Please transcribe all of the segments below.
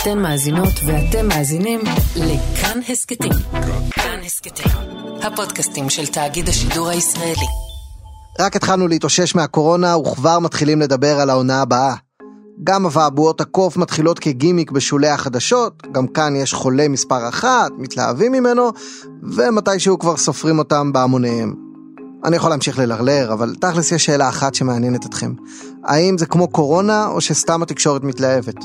אתן מאזינות ואתם מאזינים לכאן הסקטים. כאן הסקטים, הפודקאסטים של תאגיד השידור הישראלי. רק התחלנו להתאושש מהקורונה וכבר מתחילים לדבר על העונה הבאה. גם אבעבועות הקוף מתחילות כגימיק בשולי החדשות, גם כאן יש חולה מספר 1, מתלהבים ממנו, ומתישהו כבר סופרים אותם בהמוניהם. אני יכול להמשיך ללרלר, אבל תכלס יש שאלה אחת שמעניינת אתכם. האם זה כמו קורונה או שסתם התקשורת מתלהבת?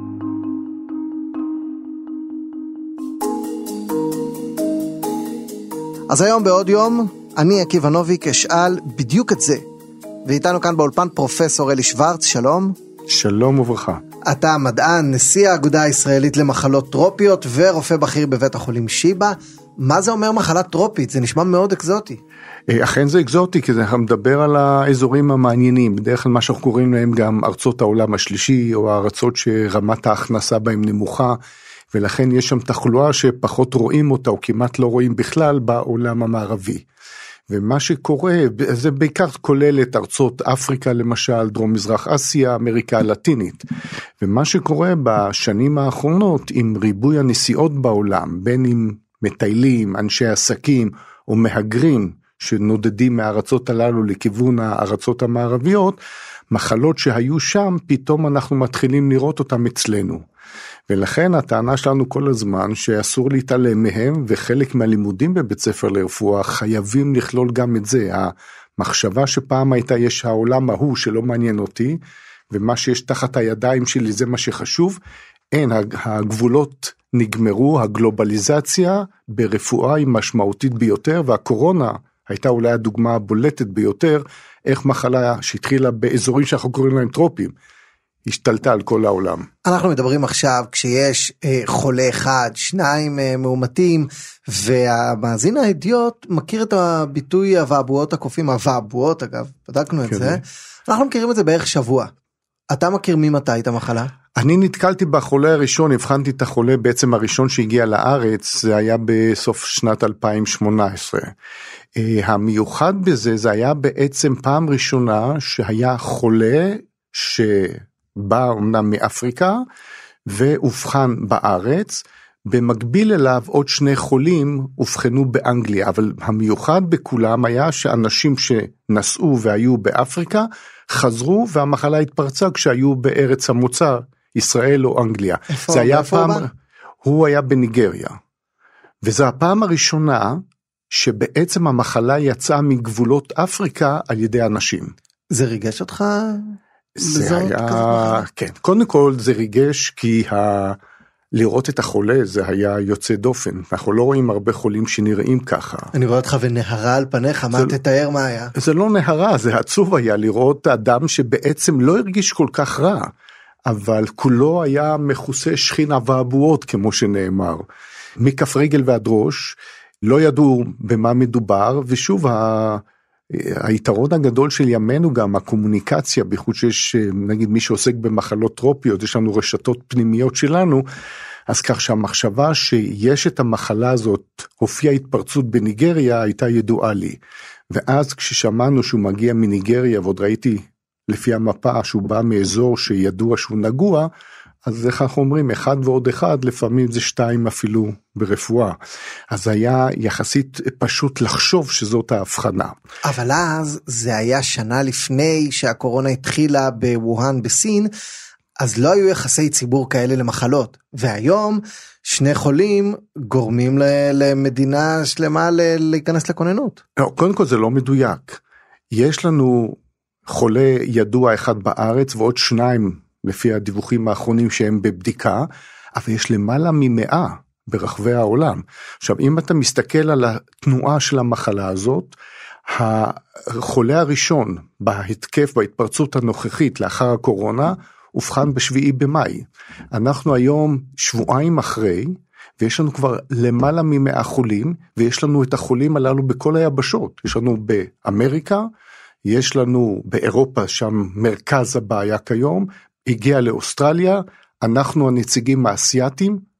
אז היום בעוד יום, אני עקיבא נוביק אשאל בדיוק את זה. ואיתנו כאן באולפן פרופסור אלי שוורץ, שלום. שלום וברכה. אתה מדען, נשיא האגודה הישראלית למחלות טרופיות ורופא בכיר בבית החולים שיבא. מה זה אומר מחלה טרופית? זה נשמע מאוד אקזוטי. אכן זה אקזוטי, כי זה מדבר על האזורים המעניינים. בדרך כלל מה שאנחנו קוראים להם גם ארצות העולם השלישי, או הארצות שרמת ההכנסה בהם נמוכה, ולכן יש שם תחלואה שפחות רואים אותה, או כמעט לא רואים בכלל בעולם המערבי. ומה שקורה, זה בעיקר כולל את ארצות אפריקה למשל, דרום מזרח אסיה, אמריקה הלטינית. ומה שקורה בשנים האחרונות, עם ריבוי הנסיעות בעולם, בין עם מטיילים, אנשי עסקים, או מהגרים, שנודדים מהארצות הללו לכיוון הארצות המערביות, מחלות שהיו שם, פתאום אנחנו מתחילים לראות אותם אצלנו. ולכן הטענה שלנו כל הזמן שאסור להתעלם מהם, וחלק מהלימודים בבית ספר לרפואה חייבים לכלול גם את זה. המחשבה שפעם הייתה יש העולם ההוא שלא מעניין אותי, ומה שיש תחת הידיים שלי זה מה שחשוב. אין, הגבולות נגמרו, הגלובליזציה ברפואה היא משמעותית ביותר, והקורונה הייתה אולי הדוגמה הבולטת ביותר, איך מחלה שהתחילה באזורים שאנחנו קוראים להם טרופיים, השתלטה על כל העולם. אנחנו מדברים עכשיו כשיש חולה אחד, 2 מאומתים, והמאזין האידיוט מכיר את הביטוי אבעבועות הקופים, אבעבועות אגב, בדקנו את זה, אנחנו מכירים את זה בערך שבוע. אתה מכיר ממתי את המחלה? אני נתקלתי בחולה הראשון, הבחנתי את החולה בעצם הראשון שהגיע לארץ, זה היה בסוף שנת 2018. המיוחד בזה, זה היה בעצם פעם ראשונה שהיה חולה שבא אומנם מאפריקה, והובחן בארץ, במקביל אליו עוד 2 חולים הובחנו באנגליה, אבל המיוחד בכולם היה שאנשים שנסעו והיו באפריקה, חזרו והמחלה התפרצה כשהיו בארץ המוצא, ישראל או אנגליה. איפה הוא היה בניגריה. וזו הפעם הראשונה שבעצם המחלה יצאה מגבולות אפריקה על ידי אנשים. זה ריגש אותך? זה היה, כן. קודם כל זה ריגש כי לראות את החולה זה היה יוצא דופן. אנחנו לא רואים הרבה חולים שנראים ככה. אני רואה אותך ונהרה על פניך, מה תתאר מה היה? זה לא נהרה, זה עצוב היה לראות אדם שבעצם לא הרגיש כל כך רע, אבל כולו היה מכוסה שכין אבעבועות כמו שנאמר. מכף רגל ועד ראש, לא ידעו במה מדובר, ושוב היתרון הגדול של ימינו גם הקומוניקציה, בייחוד שיש נגיד מי שעוסק במחלות טרופיות, יש לנו רשתות פנימיות שלנו, אז כך שהמחשבה שיש את המחלה הזאת, הופיעה התפרצות בניגריה, הייתה ידועה לי. ואז כששמענו שהוא מגיע מניגריה, ועוד ראיתי לפי המפה שהוא בא מאזור שידוע שהוא נגוע, אז איך אנחנו אומרים, 1 ועוד 1, לפעמים זה 2 אפילו ברפואה. אז היה יחסית פשוט לחשוב שזאת ההבחנה. אבל אז זה היה שנה לפני שהקורונה התחילה בווהאן בסין, אז לא היו יחסי ציבור כאלה למחלות. והיום 2 חולים גורמים למדינה שלמה להיכנס לכוננות. לא, קודם כל זה לא מדויק. יש לנו חולה ידוע אחד בארץ ועוד 2 לפי הדיווחים האחרונים שהם בבדיקה, אבל יש למעלה מ100 ברחבי העולם. עכשיו, אם אתה מסתכל על התנועה של המחלה הזאת, החולה הראשון בהתקף, בהתפרצות הנוכחית לאחר הקורונה, הובחן ב7 במאי. אנחנו היום 2 שבועות אחרי, ויש לנו כבר למעלה מ100 חולים, ויש לנו את החולים הללו בכל היבשות. יש לנו באמריקה, יש לנו באירופה, שם מרכז הבעיה כיום, הגיע לאוסטרליה, אנחנו הנציגים האסייתיים,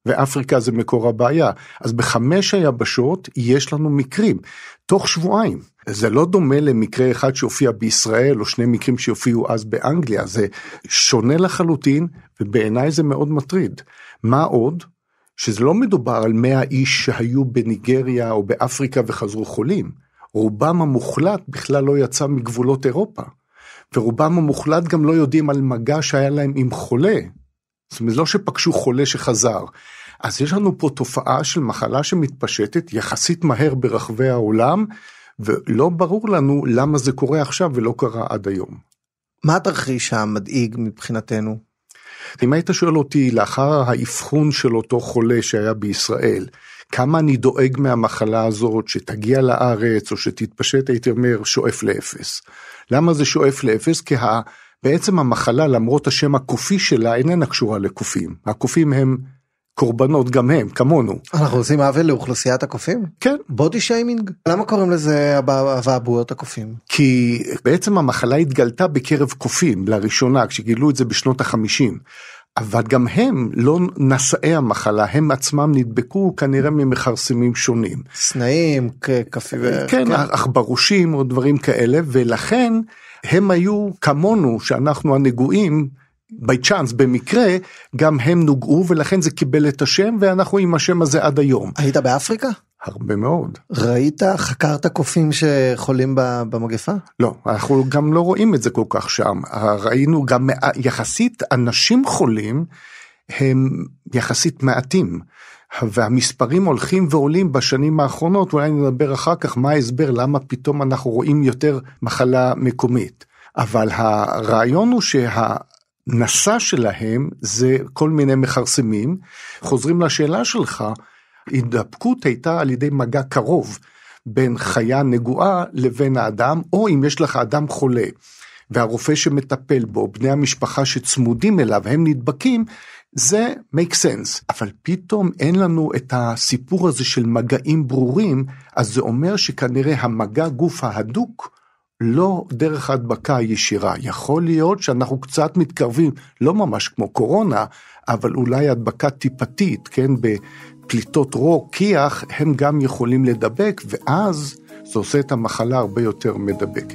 ואפריקה זה מקור הבעיה. אז ב5 היבשות יש לנו מקרים, תוך שבועיים. זה לא דומה למקרה אחד שהופיע בישראל, או 2 מקרים שהופיעו אז באנגליה, זה שונה לחלוטין, ובעיניי זה מאוד מטריד. מה עוד? שזה לא מדובר על 100 איש שהיו בניגריה או באפריקה וחזרו חולים. רובם המוחלט בכלל לא יצא מגבולות אירופה, ורובם המוחלט גם לא יודעים על מגע שהיה להם עם חולה. זאת אומרת, לא שפגשו חולה שחזר. אז יש לנו פה תופעה של מחלה שמתפשטת יחסית מהר ברחבי העולם, ולא ברור לנו למה זה קורה עכשיו ולא קרה עד היום. מה התרחיש המדאיג מבחינתנו? אם היית שואל אותי לאחר האבחון של אותו חולה שהיה בישראל, כמה אני דואג מהמחלה הזאת שתגיע לארץ או שתתפשט, הייתי אומר שואף לאפס. למה זה שואף לאפס? כי בעצם המחלה, למרות השם הקופי שלה, איננה קשורה לקופים. הקופים הם קורבנות גם הם, כמונו. אנחנו עושים עוול לאוכלוסיית הקופים? כן. בודי שיימינג? למה קוראים לזה אבעבועות הקופים? כי בעצם המחלה התגלתה בקרב קופים, לראשונה, כשגילו את זה בשנות ה-50. אבל גם הם לא נשאי המחלה, הם עצמם נדבקו כנראה ממחרסמים שונים. סנאים, קפי כן, עכברושים או דברים כאלה, ולכן הם היו כמונו, שאנחנו הנגועים, by chance, במקרה, גם הם נוגעו, ולכן זה קיבל את השם, ואנחנו עם השם הזה עד היום. היית באפריקה? הרבה מאוד. ראית, חקרת קופים שחולים במגפה? לא, אנחנו גם לא רואים את זה כל כך שם. ראינו גם יחסית אנשים חולים, הם יחסית מעטים. והמספרים הולכים ועולים בשנים האחרונות, ואולי נדבר אחר כך מה ההסבר, למה פתאום אנחנו רואים יותר מחלה מקומית. אבל הרעיון הוא נשא שלהם זה כל מיני מחרסמים. חוזרים לשאלה שלך, הידבקות הייתה על ידי מגע קרוב בין חיה נגועה לבין האדם, או אם יש לך אדם חולה והרופא שמטפל בו, בני המשפחה שצמודים אליו, הם נדבקים, זה make sense. אבל פתאום אין לנו את הסיפור הזה של מגעים ברורים, אז זה אומר שכנראה המגע גוף ההדוק לא דרך ההדבקה הישירה. יכול להיות שאנחנו קצת מתקרבים, לא ממש כמו קורונה, אבל אולי הדבקה טיפתית, כן, בפליטות רוק, כיח, הם גם יכולים לדבק, ואז זה עושה את המחלה הרבה יותר מדבקת.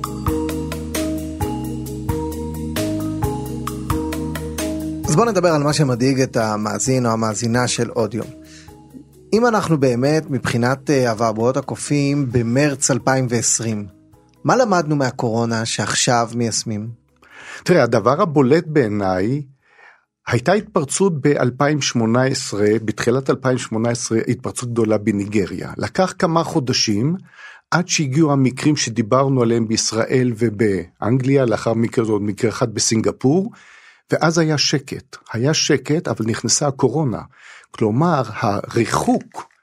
אז בואו נדבר על מה שמדאיג את המאזין או המאזינה של עוד יום. אם אנחנו באמת מבחינת אבעבועות הקופים במרץ 2020, מה למדנו מהקורונה שעכשיו מיישמים? תראה, הדבר הבולט בעיניי, הייתה התפרצות ב-2018, בתחילת 2018, התפרצות גדולה בניגריה. לקח כמה חודשים, עד שהגיעו המקרים שדיברנו עליהם בישראל ובאנגליה, לאחר מקרה עוד מקרה אחד בסינגפור, ואז היה שקט. היה שקט, אבל נכנסה הקורונה. כלומר, הריחוק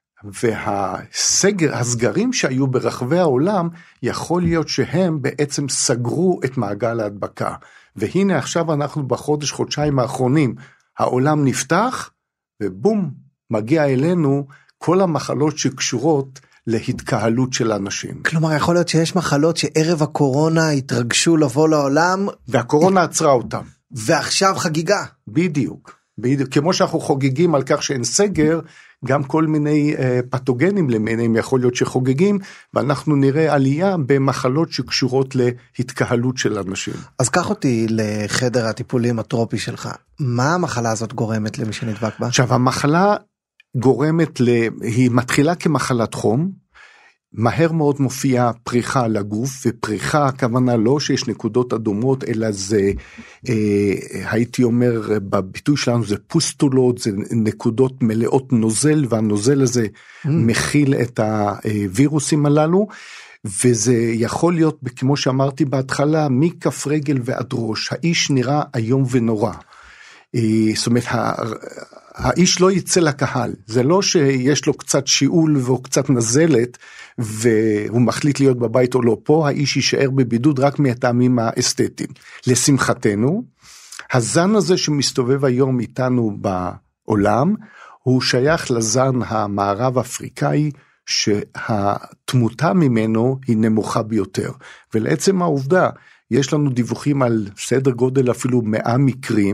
הסגרים שהיו ברחבי העולם, יכול להיות שהם בעצם סגרו את מעגל ההדבקה. והנה עכשיו אנחנו חודשיים האחרונים, העולם נפתח, ובום, מגיע אלינו כל המחלות שקשורות להתקהלות של אנשים. כלומר, יכול להיות שיש מחלות שערב הקורונה התרגשו לבוא לעולם, והקורונה עצרה אותם. ועכשיו חגיגה. בדיוק. כמו שאנחנו חוגגים על כך שאין סגר, גם כל מיני פתוגנים למיניהם יכול להיות שחוגגים, ואנחנו נראה עלייה במחלות שקשורות להתקהלות של אנשים. אז קח אותי לחדר הטיפולים הטרופי שלך. מה המחלה הזאת גורמת למי שנדבק בה? עכשיו, המחלה גורמת היא מתחילה כמחלת חום, מהר מאוד מופיעה פריחה לגוף, ופריחה הכוונה לא שיש נקודות אדומות, אלא זה, הייתי אומר, בביטוי שלנו זה פוסטולות, זה נקודות מלאות נוזל, והנוזל הזה מכיל את הווירוסים הללו, וזה יכול להיות, כמו שאמרתי בהתחלה, מכף רגל ועד ראש, האיש נראה היום ונורא. זאת אומרת, האיש לא יצא לקהל, זה לא שיש לו קצת שיעול והוא קצת נזלת, והוא מחליט להיות בבית או לא, פה האיש יישאר בבידוד רק מהטעמים האסתטיים. לשמחתנו, הזן הזה שמסתובב היום איתנו בעולם, הוא שייך לזן המערב אפריקאי, שהתמותה ממנו היא נמוכה ביותר, ולעצם העובדה, יש לנו דיווחים על סדר גודל אפילו 100 מקרים,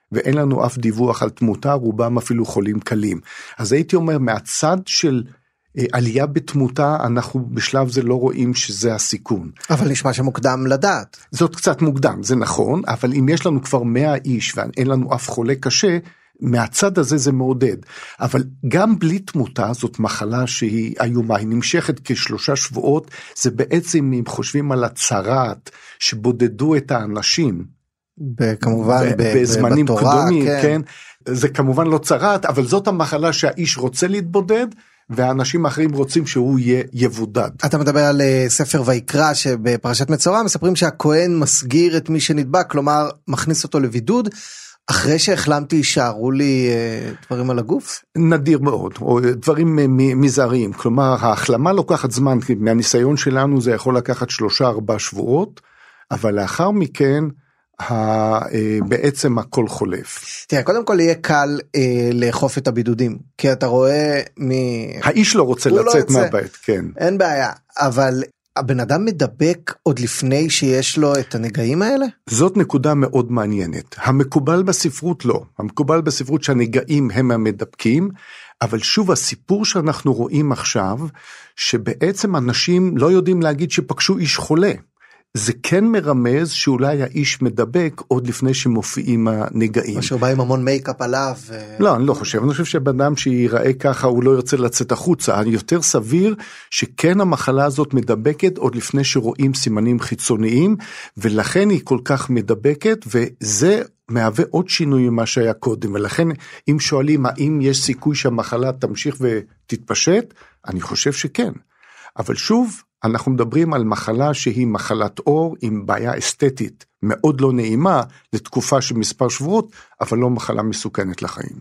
ואין לנו אף דיווח על תמותה, רובם אפילו חולים קלים. אז הייתי אומר, מהצד של עלייה בתמותה, אנחנו בשלב זה לא רואים שזה הסיכון. אבל נשמע שמוקדם לדעת. זאת קצת מוקדם, זה נכון, אבל אם יש לנו כבר 100 איש, ואין לנו אף חולה קשה, מהצד הזה זה מעודד. אבל גם בלי תמותה, זאת מחלה שהיא איומה, היא נמשכת כ3 שבועות, זה בעצם, אם חושבים על הצרת, שבודדו את האנשים, כמובן בזמנים בתורה, קודמים, כן. כן, זה כמובן לא צרת, אבל זאת המחלה שהאיש רוצה להתבודד, והאנשים האחרים רוצים שהוא יהיה יבודד. אתה מדבר על ספר ויקרא, שבפרשת מצורע מספרים שהכהן מסגיר את מי שנדבק, כלומר מכניס אותו לבידוד, אחרי שהחלמתי יישארו לי דברים על הגוף? נדיר מאוד, או דברים מזעריים, כלומר ההחלמה לוקחת זמן, כי מהניסיון שלנו זה יכול לקחת 3-4 שבועות, אבל לאחר מכן, בעצם הכל חולף. תראה, קודם כל יהיה קל לאכוף את הבידודים, כי אתה רואה האיש לא רוצה לצאת מהבית, כן. אין בעיה, אבל הבן אדם מדבק עוד לפני שיש לו את הנגעים האלה? זאת נקודה מאוד מעניינת. המקובל בספרות לא. המקובל בספרות שהנגעים הם המדבקים, אבל שוב הסיפור שאנחנו רואים עכשיו, שבעצם אנשים לא יודעים להגיד שפגשו איש חולה. זה כן מרמז שאולי האיש מדבק עוד לפני שמופיעים הנגעים. משהו בא עם המון מייקאפ עליו. לא, אני לא חושב. אני חושב שבאדם שיראה ככה הוא לא ירצה לצאת החוצה. יותר סביר שכן המחלה הזאת מדבקת עוד לפני שרואים סימנים חיצוניים, ולכן היא כל כך מדבקת, וזה מהווה עוד שינוי ממה שהיה קודם. ולכן אם שואלים האם יש סיכוי שהמחלה תמשיך ותתפשט, אני חושב שכן. אבל שוב, אנחנו מדברים על מחלה שהיא מחלת אור עם בעיה אסתטית מאוד לא נעימה לתקופה של מספר שבועות, אבל לא מחלה מסוכנת לחיים.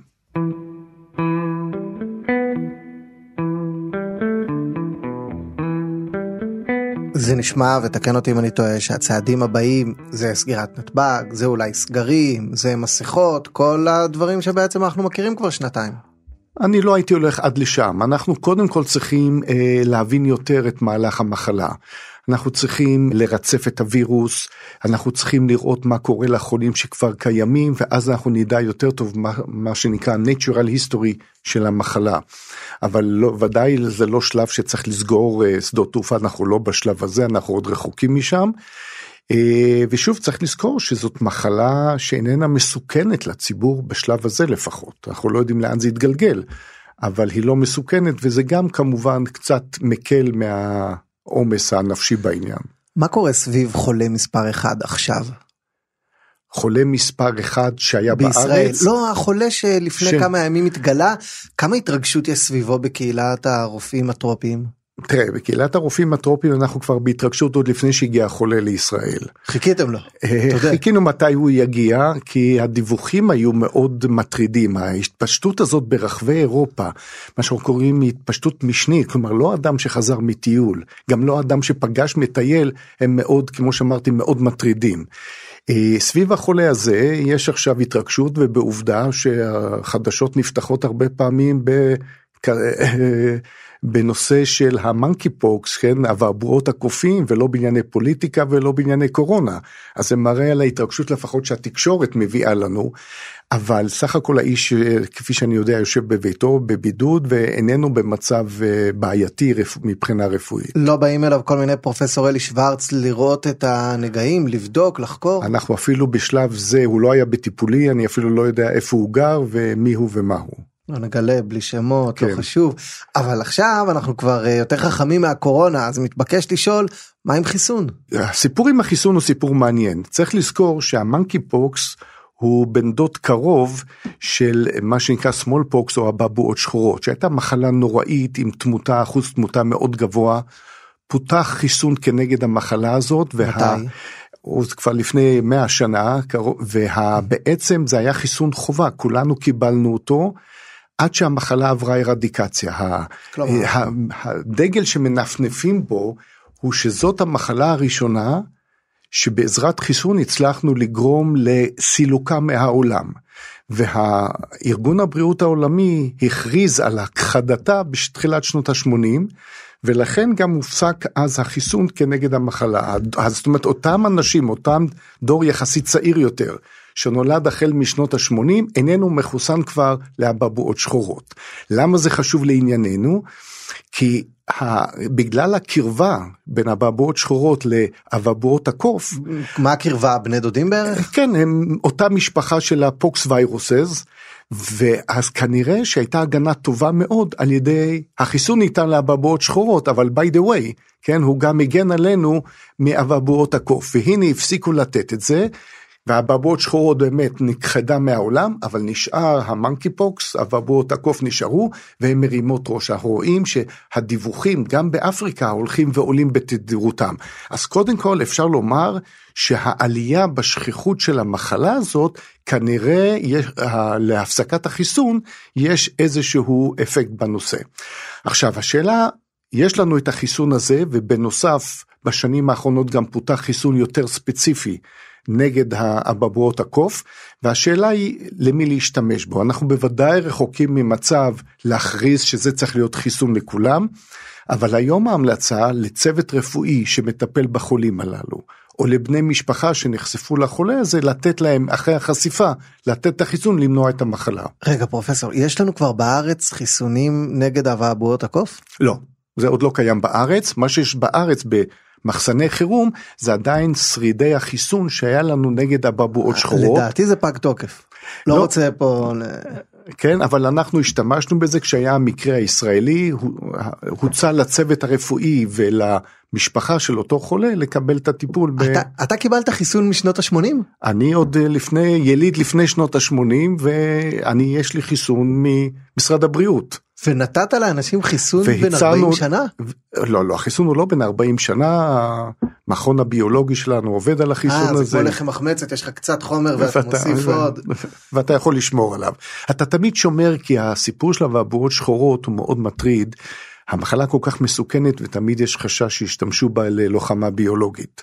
זה נשמע, ותקן אותי אם אני טועה, שהצעדים הבאים זה סגירת נתב"ג, זה אולי סגרים, זה מסכות, כל הדברים שבעצם אנחנו מכירים כבר 2 אני לא הייתי הולך עד לשם, אנחנו קודם כל צריכים להבין יותר את מהלך המחלה, אנחנו צריכים לרצף את הווירוס, אנחנו צריכים לראות מה קורה לחולים שכבר קיימים, ואז אנחנו נדע יותר טוב מה שנקרא natural history של המחלה, אבל לא, ודאי זה לא שלב שצריך לסגור שדות תעופה, אנחנו לא בשלב הזה, אנחנו עוד רחוקים משם, ושוב צריך לזכור שזאת מחלה שאיננה מסוכנת לציבור בשלב הזה לפחות, אנחנו לא יודעים לאן זה יתגלגל, אבל היא לא מסוכנת, וזה גם כמובן קצת מקל מהעומס הנפשי בעניין. מה קורה סביב חולה מספר 1 עכשיו? חולה מספר 1 שהיה בישראל, בארץ? לא, החולה שלפני כמה ימים התגלה, כמה התרגשות יש סביבו בקהילת הרופאים הטרופיים? תראה, בקהילת הרופאים הטרופיים אנחנו כבר בהתרגשות עוד לפני שהגיע החולה לישראל. חיכיתם לו? חיכינו מתי הוא יגיע, כי הדיווחים היו מאוד מטרידים. ההתפשטות הזאת ברחבי אירופה, מה שאנחנו קוראים התפשטות משנית, כלומר לא אדם שחזר מטיול, גם לא אדם שפגש מטייל, הם מאוד, כמו שאמרתי, מאוד מטרידים. סביב החולה הזה יש עכשיו התרגשות, ובעובדה שהחדשות נפתחות הרבה פעמים בנושא של המנקי פוקס, כן, אבעבועות הקופים, ולא בענייני פוליטיקה ולא בענייני קורונה. אז זה מראה על ההתרגשות לפחות שהתקשורת מביאה לנו, אבל סך הכל האיש, כפי שאני יודע, יושב בביתו, בבידוד, ואיננו במצב בעייתי מבחינה רפואית. לא באים אליו כל מיני פרופסור אלי שוורץ לראות את הנגעים, לבדוק, לחקור? אנחנו אפילו בשלב זה, הוא לא היה בטיפולי, אני אפילו לא יודע איפה הוא גר ומי הוא ומה הוא. לא נגלה, בלי שמות, כן. לא חשוב. אבל עכשיו אנחנו כבר יותר חכמים מהקורונה, אז מתבקש לשאול, מה עם חיסון? הסיפור עם החיסון הוא סיפור מעניין. צריך לזכור שהמנקי פוקס הוא בן דוד קרוב של מה שנקרא סמול פוקס או אבעבועות שחורות, שהייתה מחלה נוראית עם תמותה, אחוז תמותה מאוד גבוה, פותח חיסון כנגד המחלה הזאת. מתי? הוא כבר לפני 100 שנה, ובעצם זה היה חיסון חובה, כולנו קיבלנו אותו, עד שהמחלה עברה ארדיקציה. הדגל שמנפנפים בו, הוא שזאת המחלה הראשונה, שבעזרת חיסון הצלחנו לגרום לסילוקה מהעולם. והארגון הבריאות העולמי הכריז על הכחדתה בתחילת שנות ה-80, ולכן גם הופסק אז החיסון כנגד המחלה. זאת אומרת, אותם אנשים, אותם דור יחסית צעיר יותר, שנולד החל משנות ה-80, איננו מחוסן כבר לאבעבועות שחורות. למה זה חשוב לענייננו? כי בגלל הקרבה בין אבעבועות שחורות לאבעבועות הקוף. מה הקרבה? בני דודים בערך? כן, הם אותה משפחה של הפוקס ויירוסס, ואז כנראה שהייתה הגנה טובה מאוד על ידי, החיסון ניתן לאבעבועות שחורות, אבל by the way, כן, הוא גם הגן עלינו מאבעבועות הקוף, והנה הפסיקו לתת את זה, והאבעבועות שחורות באמת נכחדה מהעולם, אבל נשאר המונקי פוקס, אבעבועות הקוף נשארו, והם מרימות ראש. אנחנו רואים שהדיווחים גם באפריקה הולכים ועולים בתדירותם. אז קודם כל אפשר לומר שהעלייה בשכיחות של המחלה הזאת, כנראה להפסקת החיסון יש איזשהו אפקט בנושא. עכשיו השאלה, יש לנו את החיסון הזה, ובנוסף בשנים האחרונות גם פותח חיסון יותר ספציפי, נגד האבעבועות הקוף, והשאלה היא למי להשתמש בו. אנחנו בוודאי רחוקים ממצב להכריז שזה צריך להיות חיסון לכולם, אבל היום ההמלצה לצוות רפואי שמטפל בחולים הללו, או לבני משפחה שנחשפו לחולה הזה, לתת להם אחרי החשיפה, לתת את החיסון למנוע את המחלה. רגע פרופסור, יש לנו כבר בארץ חיסונים נגד אבעבועות הקוף? לא, זה עוד לא קיים בארץ. מה שיש בארץ מחסני חירום, זה עדיין שרידי החיסון שהיה לנו נגד אבעבועות שחורות. לדעתי זה פג תוקף. לא רוצה פה... כן, אבל אנחנו השתמשנו בזה כשהיה המקרה הישראלי, הוצע לצוות הרפואי ולמשפחה של אותו חולה לקבל את הטיפול. אתה קיבלת חיסון משנות ה-80? אני עוד יליד לפני שנות ה-80, יש לי חיסון ממשרד הבריאות. ונתת לאנשים חיסון בין 40 שנה? לא, החיסון הוא לא בין 40 שנה, המכון הביולוגי שלנו עובד על החיסון הזה. זה כמו לחם מחמצת, יש לך קצת חומר ואתה מוסיף עוד. ואתה יכול לשמור עליו. אתה תמיד שומר כי הסיפור של אבעבועות שחורות הוא מאוד מטריד, המחלה כל כך מסוכנת ותמיד יש חשש שישתמשו בה ללוחמה ביולוגית.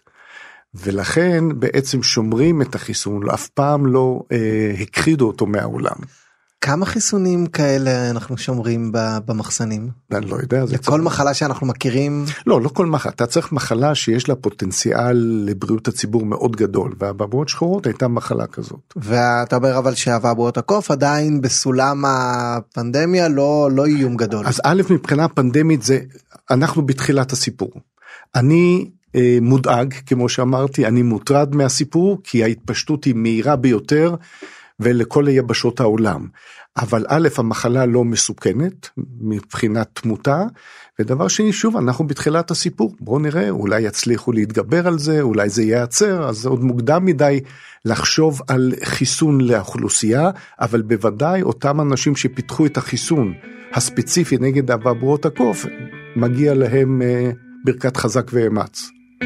ולכן בעצם שומרים את החיסון, אף פעם לא הכחידו אותו מהעולם. כמה חיסונים כאלה אנחנו שומרים במחסנים? אני לא יודע. לכל מחלה שאנחנו מכירים? לא כל מחלה. אתה צריך מחלה שיש לה פוטנציאל לבריאות הציבור מאוד גדול, והאבעבועות שחורות הייתה מחלה כזאת. ואתה אומר אבל שאבעבועות הקוף עדיין בסולם הפנדמיה לא איום גדול. אז א' מבחינה פנדמית זה, אנחנו בתחילת הסיפור. אני מודאג, כמו שאמרתי, אני מוטרד מהסיפור, כי ההתפשטות היא מהירה ביותר, ולכל היבשות העולם. אבל א', המחלה לא מסוכנת, מבחינת תמותה, ודבר שני, שוב, אנחנו בתחילת הסיפור, בואו נראה, אולי יצליחו להתגבר על זה, אולי זה ייעצר, אז זה עוד מוקדם מדי לחשוב על חיסון לאוכלוסייה, אבל בוודאי אותם אנשים שפיתחו את החיסון הספציפי נגד אבעבועות הקוף, מגיע להם ברכת חזק ואמץ.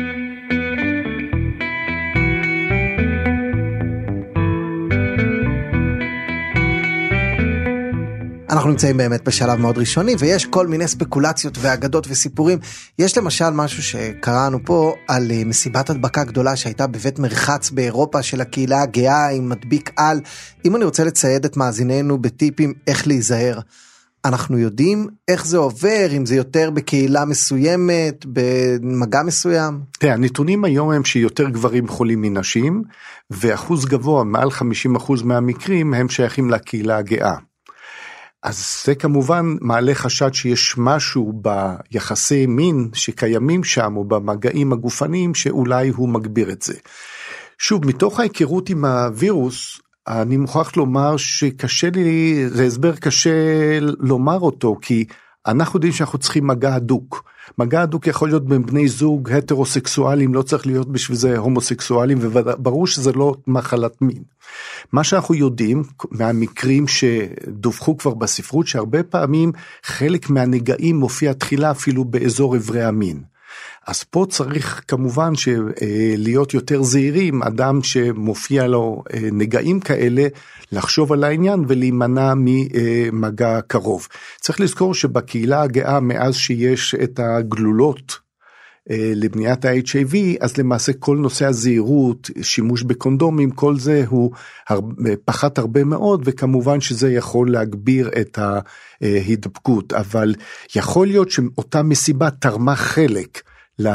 אנחנו נמצאים באמת בשלב מאוד ראשוני, ויש כל מיני ספקולציות ואגדות וסיפורים. יש למשל משהו שקראנו פה על מסיבת הדבקה גדולה שהייתה בבית מרחץ באירופה של הקהילה הגאה עם מדביק על. אם אני רוצה לצייד את מאזיננו בטיפים איך להיזהר, אנחנו יודעים איך זה עובר, אם זה יותר בקהילה מסוימת, במגע מסוים? תראה, הנתונים היום הם שיותר גברים חולים מנשים, ואחוז גבוה, מעל 50% מהמקרים, הם שייכים לקהילה הגאה. אז זה כמובן מעלה חשד שיש משהו ביחסי מין שקיימים שם, או במגעים הגופניים, שאולי הוא מגביר את זה. שוב, מתוך ההיכרות עם הווירוס, אני מוכרח לומר שקשה לי, זה הסבר קשה לומר אותו, כי אנחנו יודעים שאנחנו צריכים מגע הדוק. מגע הדוק יכול להיות בין בני זוג הטרוסקסואלים, לא צריך להיות בשביל זה הומוסקסואלים, וברור שזה לא מחלת מין. מה שאנחנו יודעים מהמקרים שדווחו כבר בספרות, שהרבה פעמים חלק מהנגעים מופיע תחילה אפילו באזור עברי המין. אז פה צריך כמובן להיות יותר זהירים, אדם שמופיע לו נגעים כאלה, לחשוב על העניין ולהימנע ממגע קרוב. צריך לזכור שבקהילה הגאה, מאז שיש את הגלולות לבניית ה-HIV, אז למעשה כל נושא הזהירות, שימוש בקונדומים, כל זה הוא פחת הרבה מאוד, וכמובן שזה יכול להגביר את ההידבקות, אבל יכול להיות שאותה מסיבה תרמה חלק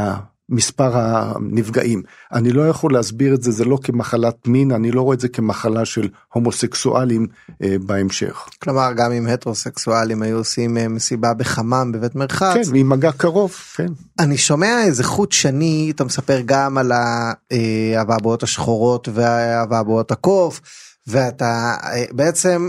מספר הנפגעים. אני לא יכול להסביר את זה, זה לא כמחלת מין, אני לא רואה את זה כמחלה של הומוסקסואלים בהמשך. כלומר, גם אם הטרוסקסואלים היו עושים מסיבה בחמם בבית מרחץ. כן, עם מגע קרוב, כן. אני שומע איזה חוט שני, אתה מספר גם על האבעבועות השחורות והאבעבועות הקוף, ואתה בעצם,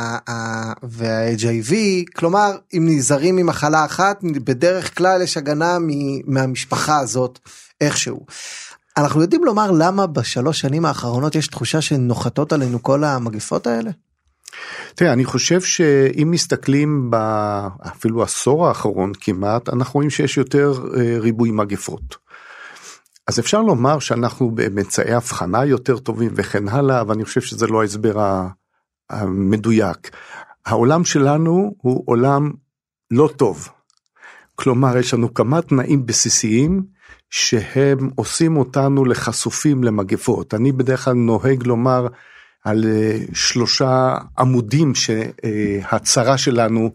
וה-HIV, כלומר, אם נזהרים ממחלה אחת, בדרך כלל יש הגנה מהמשפחה הזאת, איכשהו. אנחנו יודעים לומר למה בשלוש שנים האחרונות יש תחושה שנוחתות עלינו כל המגפות האלה? תראה, אני חושב שאם מסתכלים אפילו העשור האחרון כמעט, אנחנו רואים שיש יותר ריבוי מגפות. אז אפשר לומר שאנחנו במצאי הבחנה יותר טובים וכן הלאה, אבל אני חושב שזה לא ההסבר המדויק. העולם שלנו הוא עולם לא טוב. כלומר, יש לנו כמה תנאים בסיסיים שהם עושים אותנו לחשופים למגפות. אני בדרך כלל נוהג לומר על 3 עמודים שהצרה שלנו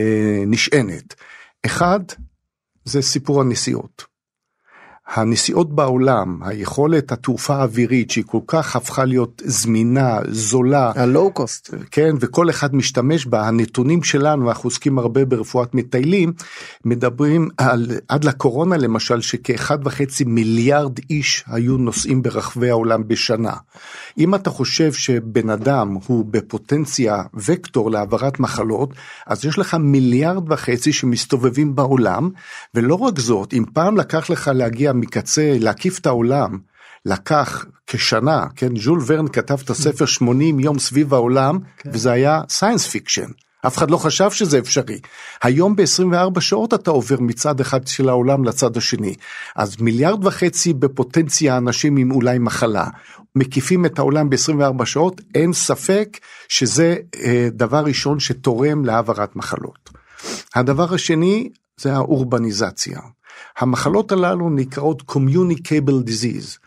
נשענת. אחד, זה סיפור הנסיעות. הנסיעות בעולם, היכולת התעופה האווירית שהיא כל כך הפכה להיות זמינה, זולה. הלואו קוסט. כן, וכל אחד משתמש בה, הנתונים שלנו, אנחנו עוסקים הרבה ברפואת מטיילים, מדברים עד לקורונה למשל, שכ1.5 מיליארד איש היו נוסעים ברחבי העולם בשנה. אם אתה חושב שבן אדם הוא בפוטנציה וקטור להעברת מחלות, אז יש לך 1.5 מיליארד שמסתובבים בעולם, ולא רק זאת, אם פעם לקח לך להגיע מקצה, להקיף את העולם, לקח כשנה, כן, ז'ול ורן כתב את הספר 80 יום סביב העולם, כן. וזה היה סיינס פיקשן, אף אחד לא חשב שזה אפשרי, היום ב-24 שעות אתה עובר מצד אחד של העולם לצד השני, אז 1.5 מיליארד בפוטנציה אנשים עם אולי מחלה, מקיפים את העולם ב-24 שעות, אין ספק שזה דבר ראשון שתורם להעברת מחלות. הדבר השני זה האורבניזציה, המחלות הללו נקראות communicable disease,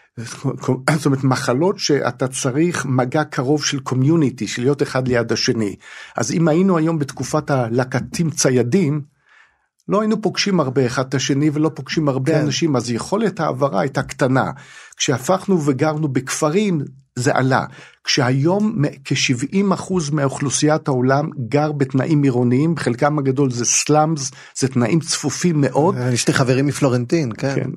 זאת אומרת מחלות שאתה צריך מגע קרוב של community, של להיות אחד ליד השני, אז אם היינו היום בתקופת הלקטים ציידים, לא היינו פוגשים הרבה אחד את השני ולא פוגשים הרבה כן. אנשים, אז יכולת העברה הייתה קטנה, כשהפכנו וגרנו בכפרים זה עלה, כשהיום כ-70% מהאוכלוסיית העולם גר בתנאים עירוניים, חלקם הגדול זה סלאמס, זה תנאים צפופים מאוד. יש לי חברים מפלורנטין, כן. כן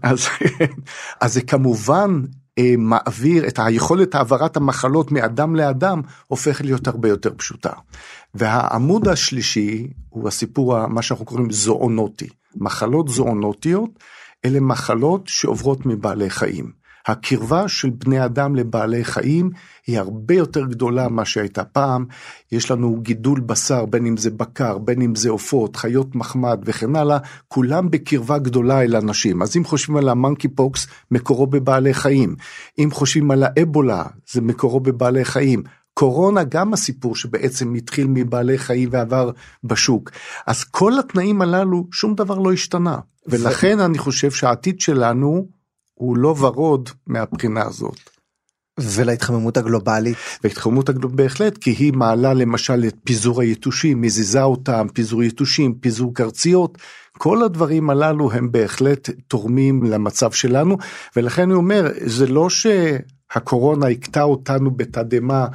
אז זה כמובן מעביר את היכולת העברת המחלות מאדם לאדם, הופך להיות הרבה יותר פשוטה. והעמוד השלישי הוא הסיפור, מה שאנחנו קוראים זואונוטי. מחלות זואונוטיות, אלה מחלות שעוברות מבעלי חיים. הקרבה של בני אדם לבעלי חיים היא הרבה יותר גדולה מה שהייתה פעם, יש לנו גידול בשר, בין אם זה בקר, בין אם זה עופות, חיות מחמד וכן הלאה, כולם בקרבה גדולה אל אנשים, אז אם חושבים על המונקי פוקס, מקורו בבעלי חיים, אם חושבים על האבולה, זה מקורו בבעלי חיים, קורונה גם הסיפור שבעצם התחיל מבעלי חיים ועבר בשוק, אז כל התנאים הללו שום דבר לא השתנה, ולכן אני חושב שהעתיד שלנו הוא לא ורוד מהבחינה הזאת. ולהתחממות הגלובלית? והתחממות הגלובלית בהחלט, כי היא מעלה למשל את פיזור היתושים, מזיזה אותם, פיזור יתושים, פיזור קרציות, כל הדברים הללו הם בהחלט תורמים למצב שלנו, ולכן אני אומר, זה לא שהקורונה יקטע אותנו בתדמה,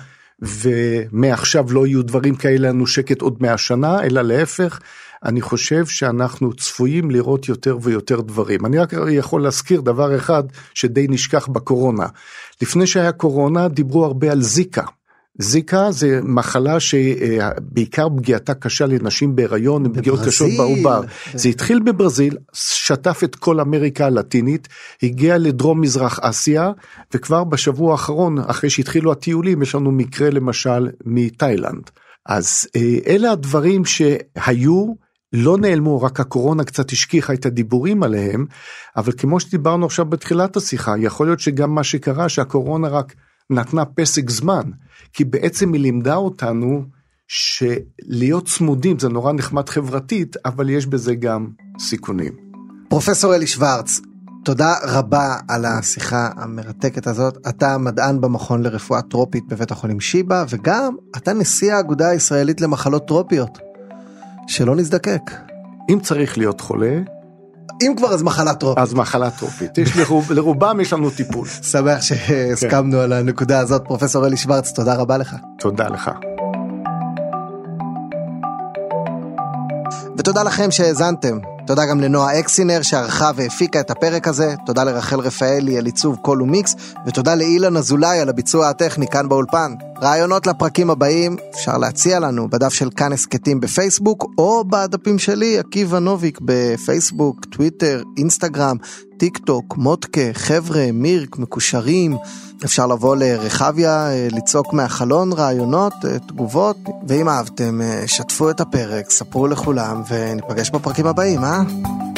ומעכשיו לא יהיו דברים כאלה לנו שקט עוד 100 שנה, אלא להפך, אני חושב שאנחנו צפויים לראות יותר ויותר דברים. אני רק יכול להזכיר דבר אחד שדי נשכח בקורונה. לפני שהיה קורונה דיברו הרבה על זיקה. זיקה זה מחלה שבעיקר פגיעתה קשה לנשים בהיריון, פגיעות קשות בעובר. זה התחיל בברזיל, שטף את כל אמריקה הלטינית, הגיע לדרום מזרח אסיה, וכבר בשבוע האחרון, אחרי שהתחילו הטיולים, יש לנו מקרה למשל מתאילנד. אז אלה הדברים שהיו, לא נעלמו, רק הקורונה קצת השכיחה את הדיבורים עליהם, אבל כמו שדיברנו עכשיו בתחילת השיחה, יכול להיות שגם מה שקרה, שהקורונה רק נתנה פסק זמן, כי בעצם היא לימדה אותנו, שלהיות צמודים זה נורא נחמד חברתית, אבל יש בזה גם סיכונים. פרופסור אלי שוורץ, תודה רבה על השיחה המרתקת הזאת, אתה מדען במכון לרפואה טרופית בבית החולים שיבא, וגם אתה נשיא האגודה הישראלית למחלות טרופיות. שלא נזדקק. אם צריך להיות חולה, אם כבר אז מחלה טרופית. אז מחלה טרופית. לרובם יש לנו טיפול. שמח שהסכמנו על הנקודה הזאת. פרופסור אלי שוורץ, תודה רבה לך. תודה לך. ותודה לכם שהאזנתם. תודה גם לנועה אקסינר שערכה והפיקה את הפרק הזה. תודה לרחל רפאלי על עיצוב קול ומיקס, ותודה לאילן אזולאי על הביצוע הטכני כאן באולפן. רעיונות לפרקים הבאים אפשר להציע לנו בדף של כאן הסקטים בפייסבוק, או בדפים שלי, עקיבא נוביק, בפייסבוק, טוויטר, אינסטגרם, טיק טוק, מודקה, חבר'ה, מירק, מקושרים. אפשר לבוא לרחביה, לצעוק מהחלון רעיונות, תגובות, ואם אהבתם, שתפו את הפרק, ספרו לכולם, וניפגש בפרקים הבאים,